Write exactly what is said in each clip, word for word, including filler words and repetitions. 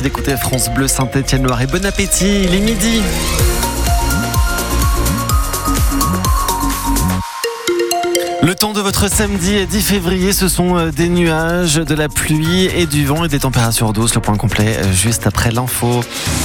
d'écouter France Bleu Saint-Étienne-Loire et bon appétit, il est midi. Le temps de votre samedi dix février, ce sont des nuages, de la pluie et du vent et des températures douces. Le point complet juste après l'info.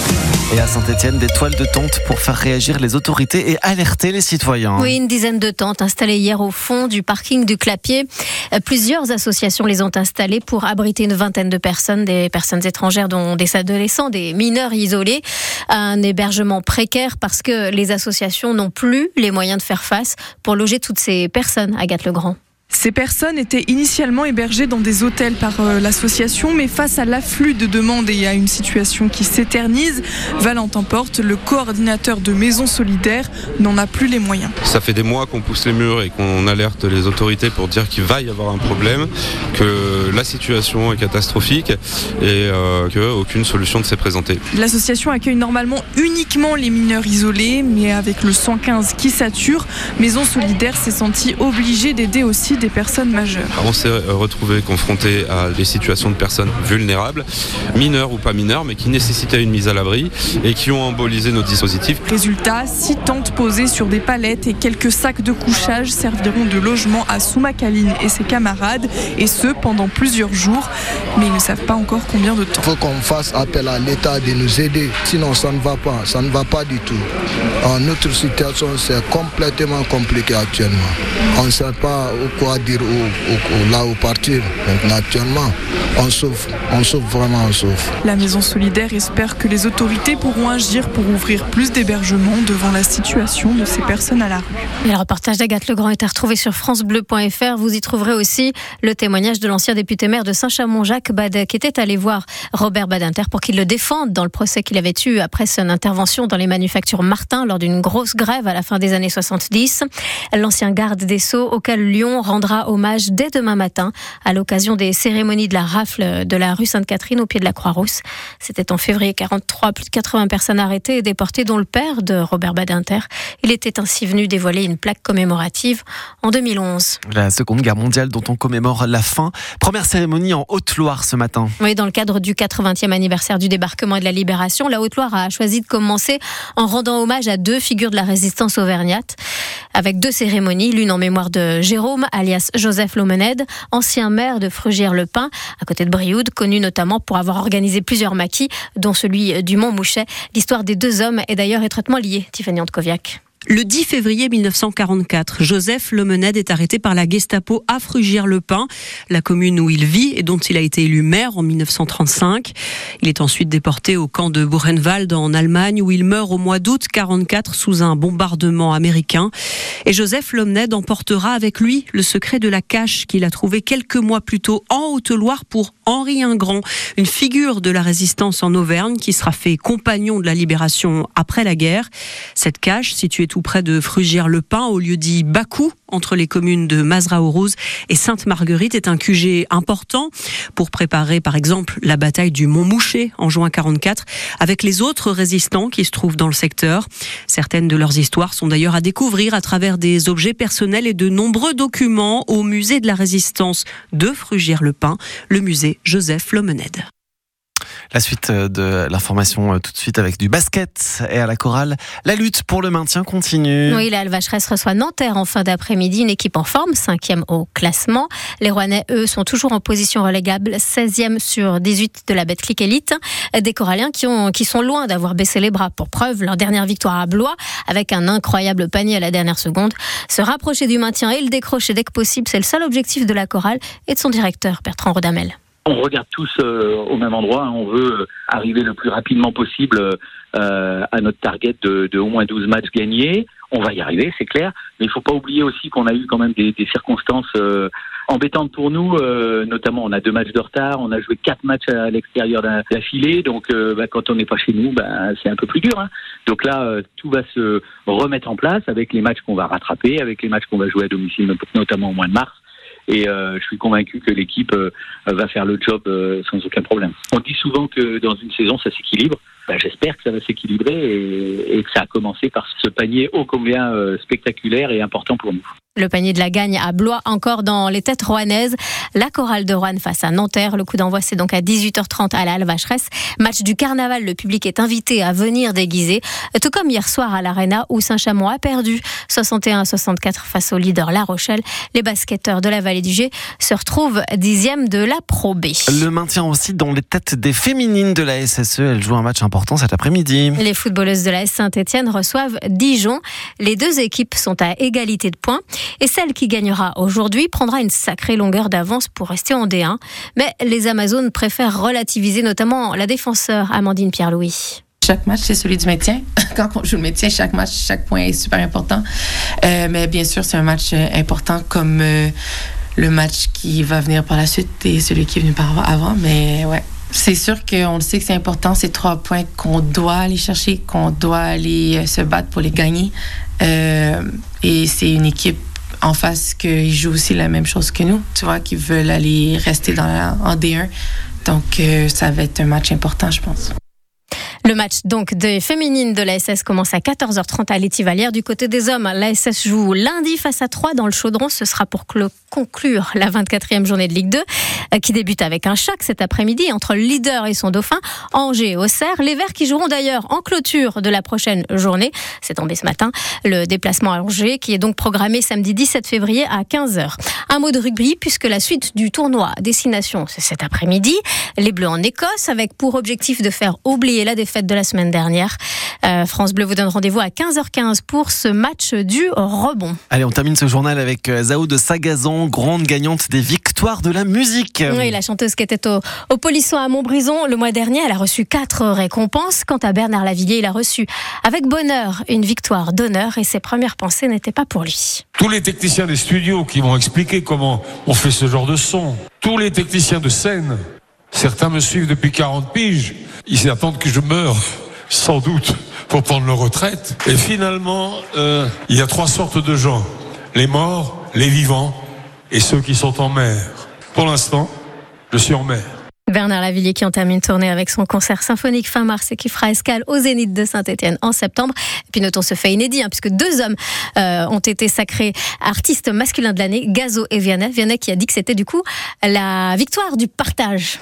Et à Saint-Étienne, des toiles de tentes pour faire réagir les autorités et alerter les citoyens. Oui, une dizaine de tentes installées hier au fond du parking du Clapier. Plusieurs associations les ont installées pour abriter une vingtaine de personnes, des personnes étrangères dont des adolescents, des mineurs isolés. Un hébergement précaire parce que les associations n'ont plus les moyens de faire face pour loger toutes ces personnes. Agathe Legrand. Ces personnes étaient initialement hébergées dans des hôtels par euh, l'association, mais face à l'afflux de demandes et à une situation qui s'éternise, Valentin Porte, le coordinateur de Maisons Solidaires, n'en a plus les moyens. Ça fait des mois qu'on pousse les murs et qu'on alerte les autorités pour dire qu'il va y avoir un problème, que la situation est catastrophique et euh, qu'aucune solution ne s'est présentée. L'association accueille normalement uniquement les mineurs isolés, mais avec le cent quinze qui sature, Maisons Solidaires s'est sentie obligée d'aider aussi des personnes majeures. On s'est retrouvé confronté à des situations de personnes vulnérables, mineures ou pas mineures, mais qui nécessitaient une mise à l'abri et qui ont embolisé nos dispositifs. Résultat, six tentes posées sur des palettes et quelques sacs de couchage serviront de logement à Souma Kaline et ses camarades, et ce pendant plusieurs jours, mais ils ne savent pas encore combien de temps. Il faut qu'on fasse appel à l'État de nous aider, sinon ça ne va pas, ça ne va pas du tout. En notre situation, c'est complètement compliqué actuellement. On ne sait pas quoi dire où, où, là où partir. Donc, actuellement, on souffre, on souffre vraiment, on souffre. La Maison Solidaire espère que les autorités pourront agir pour ouvrir plus d'hébergements devant la situation de ces personnes à la rue. Et le reportage d'Agathe Legrand est à retrouver sur francebleu point f r. Vous y trouverez aussi le témoignage de l'ancien député maire de Saint-Chamond, Jacques Badet, qui était allé voir Robert Badinter pour qu'il le défende dans le procès qu'il avait eu après son intervention dans les manufactures Martin lors d'une grosse grève à la fin des années soixante-dix. L'ancien garde des Sceaux, auquel Lyon rendra hommage dès demain matin à l'occasion des cérémonies de la rafle de la rue Sainte-Catherine au pied de la Croix-Rousse. C'était en février quarante-trois, plus de quatre-vingts personnes arrêtées et déportées, dont le père de Robert Badinter. Il était ainsi venu dévoiler une plaque commémorative en deux mille onze. La Seconde Guerre mondiale dont on commémore la fin. Première cérémonie en Haute-Loire ce matin. Oui, dans le cadre du quatre-vingtième anniversaire du débarquement et de la Libération, la Haute-Loire a choisi de commencer en rendant hommage à deux figures de la résistance auvergnate, avec deux cérémonies, l'une en mémoire de Jérôme, alias Joseph Lomened, ancien maire de Frugières-le-Pin, à côté de Brioude, connu notamment pour avoir organisé plusieurs maquis, dont celui du Mont-Mouchet. L'histoire des deux hommes est d'ailleurs étroitement liée, Tiffany Antkoviak. Le dix février mille neuf cent quarante-quatre, Joseph Lomened est arrêté par la Gestapo à Frugières-le-Pin, la commune où il vit et dont il a été élu maire en mille neuf cent trente-cinq. Il est ensuite déporté au camp de Buchenwald en Allemagne, où il meurt au mois d'août quarante-quatre sous un bombardement américain. Et Joseph Lomened emportera avec lui le secret de la cache qu'il a trouvé quelques mois plus tôt en Haute-Loire pour Henri Ingrand, une figure de la résistance en Auvergne qui sera fait compagnon de la libération après la guerre. Cette cache, située tout près de Frugières-le-Pin, au lieu dit Bacou, entre les communes de Mazeraux-Rouz et Sainte-Marguerite, est un Q G important pour préparer par exemple la bataille du Mont-Mouchet en juin quarante-quatre avec les autres résistants qui se trouvent dans le secteur. Certaines de leurs histoires sont d'ailleurs à découvrir à travers des objets personnels et de nombreux documents au musée de la résistance de Frugières-le-Pin, le musée Joseph Lomened. La suite de l'information tout de suite avec du basket et à la chorale. La lutte pour le maintien continue. Oui, la Alvacheresse reçoit Nanterre en fin d'après-midi, une équipe en forme, cinquième au classement. Les Rouennais, eux, sont toujours en position relégable, seizième sur dix-huit de la Betclic Elite. Des Coralliens qui, ont, qui sont loin d'avoir baissé les bras. Pour preuve, leur dernière victoire à Blois, avec un incroyable panier à la dernière seconde. Se rapprocher du maintien et le décrocher dès que possible, c'est le seul objectif de la chorale et de son directeur, Bertrand Rodamel. On regarde tous euh, au même endroit, hein. On veut arriver le plus rapidement possible euh, à notre target de, de au moins douze matchs gagnés. On va y arriver, c'est clair, mais il ne faut pas oublier aussi qu'on a eu quand même des, des circonstances euh, embêtantes pour nous, euh, notamment on a deux matchs de retard, on a joué quatre matchs à l'extérieur d'affilée, donc euh, bah, quand on n'est pas chez nous, bah, c'est un peu plus dur, hein. Donc là, euh, tout va se remettre en place avec les matchs qu'on va rattraper, avec les matchs qu'on va jouer à domicile, notamment au mois de mars. Et euh, je suis convaincu que l'équipe euh, va faire le job euh, sans aucun problème. On dit souvent que dans une saison, ça s'équilibre. bah, j'espère que ça va s'équilibrer et, et que ça a commencé par ce panier ô combien euh, spectaculaire et important pour nous. Le panier de la Gagne à Blois, encore dans les têtes rouennaises. La chorale de Roanne face à Nanterre. Le coup d'envoi, c'est donc à dix-huit heures trente à la Halle Vacheresse. Match du carnaval, le public est invité à venir déguisé. Tout comme hier soir à l'Arena où Saint-Chamond a perdu soixante et un à soixante-quatre face au leader La Rochelle. Les basketteurs de la Vallée du Gier se retrouvent dixième de la Pro B. Le maintien aussi dans les têtes des féminines de la S S E. Elles jouent un match important cet après-midi. Les footballeuses de la S Saint-Étienne reçoivent Dijon. Les deux équipes sont à égalité de points. Et celle qui gagnera aujourd'hui prendra une sacrée longueur d'avance pour rester en D un. Mais les Amazones préfèrent relativiser, notamment la défenseur Amandine Pierre-Louis. Chaque match, c'est celui du maintien. Quand on joue le maintien, chaque match, chaque point est super important. Euh, mais bien sûr, c'est un match important comme euh, le match qui va venir par la suite et celui qui est venu par avant. Mais ouais, c'est sûr qu'on le sait que c'est important, ces trois points qu'on doit aller chercher, qu'on doit aller se battre pour les gagner. Euh, et c'est une équipe en face qu'ils jouent aussi la même chose que nous, tu vois, qui veulent aller rester dans la, en D un. Donc, euh, ça va être un match important, je pense. Le match donc des féminines de la S S commence à quatorze heures trente à l'Étivalière. Du côté des hommes, la S S joue lundi face à Troyes dans le Chaudron. Ce sera pour conclure la vingt-quatrième journée de Ligue deux qui débute avec un choc cet après-midi entre le leader et son dauphin, Angers et Auxerre. Les Verts qui joueront d'ailleurs en clôture de la prochaine journée. C'est tombé ce matin. Le déplacement à Angers qui est donc programmé samedi dix-sept février à quinze heures. Un mot de rugby puisque la suite du tournoi Destination, c'est cet après-midi. Les Bleus en Écosse avec pour objectif de faire oublier la défaite de la semaine dernière. Euh, France Bleu vous donne rendez-vous à quinze heures quinze pour ce match du rebond. Allez, on termine ce journal avec Zao de Sagazan, grande gagnante des victoires de la musique. Oui, la chanteuse qui était au, au Polisson à Montbrison le mois dernier, elle a reçu quatre récompenses. Quant à Bernard Lavillier, il a reçu avec bonheur une victoire d'honneur et ses premières pensées n'étaient pas pour lui. Tous les techniciens des studios qui m'ont expliqué comment on fait ce genre de son, tous les techniciens de scène, certains me suivent depuis quarante piges, ils attendent que je meure, sans doute, pour prendre leur retraite. Et finalement, euh, il y a trois sortes de gens, les morts, les vivants et ceux qui sont en mer. Pour l'instant, je suis en mer. Bernard Lavillier qui entame une tournée avec son concert symphonique fin mars et qui fera escale au Zénith de Saint-Étienne en septembre. Et puis notons ce fait inédit, hein, puisque deux hommes euh, ont été sacrés artistes masculins de l'année, Gazo et Vianney. Vianney qui a dit que c'était du coup la victoire du partage.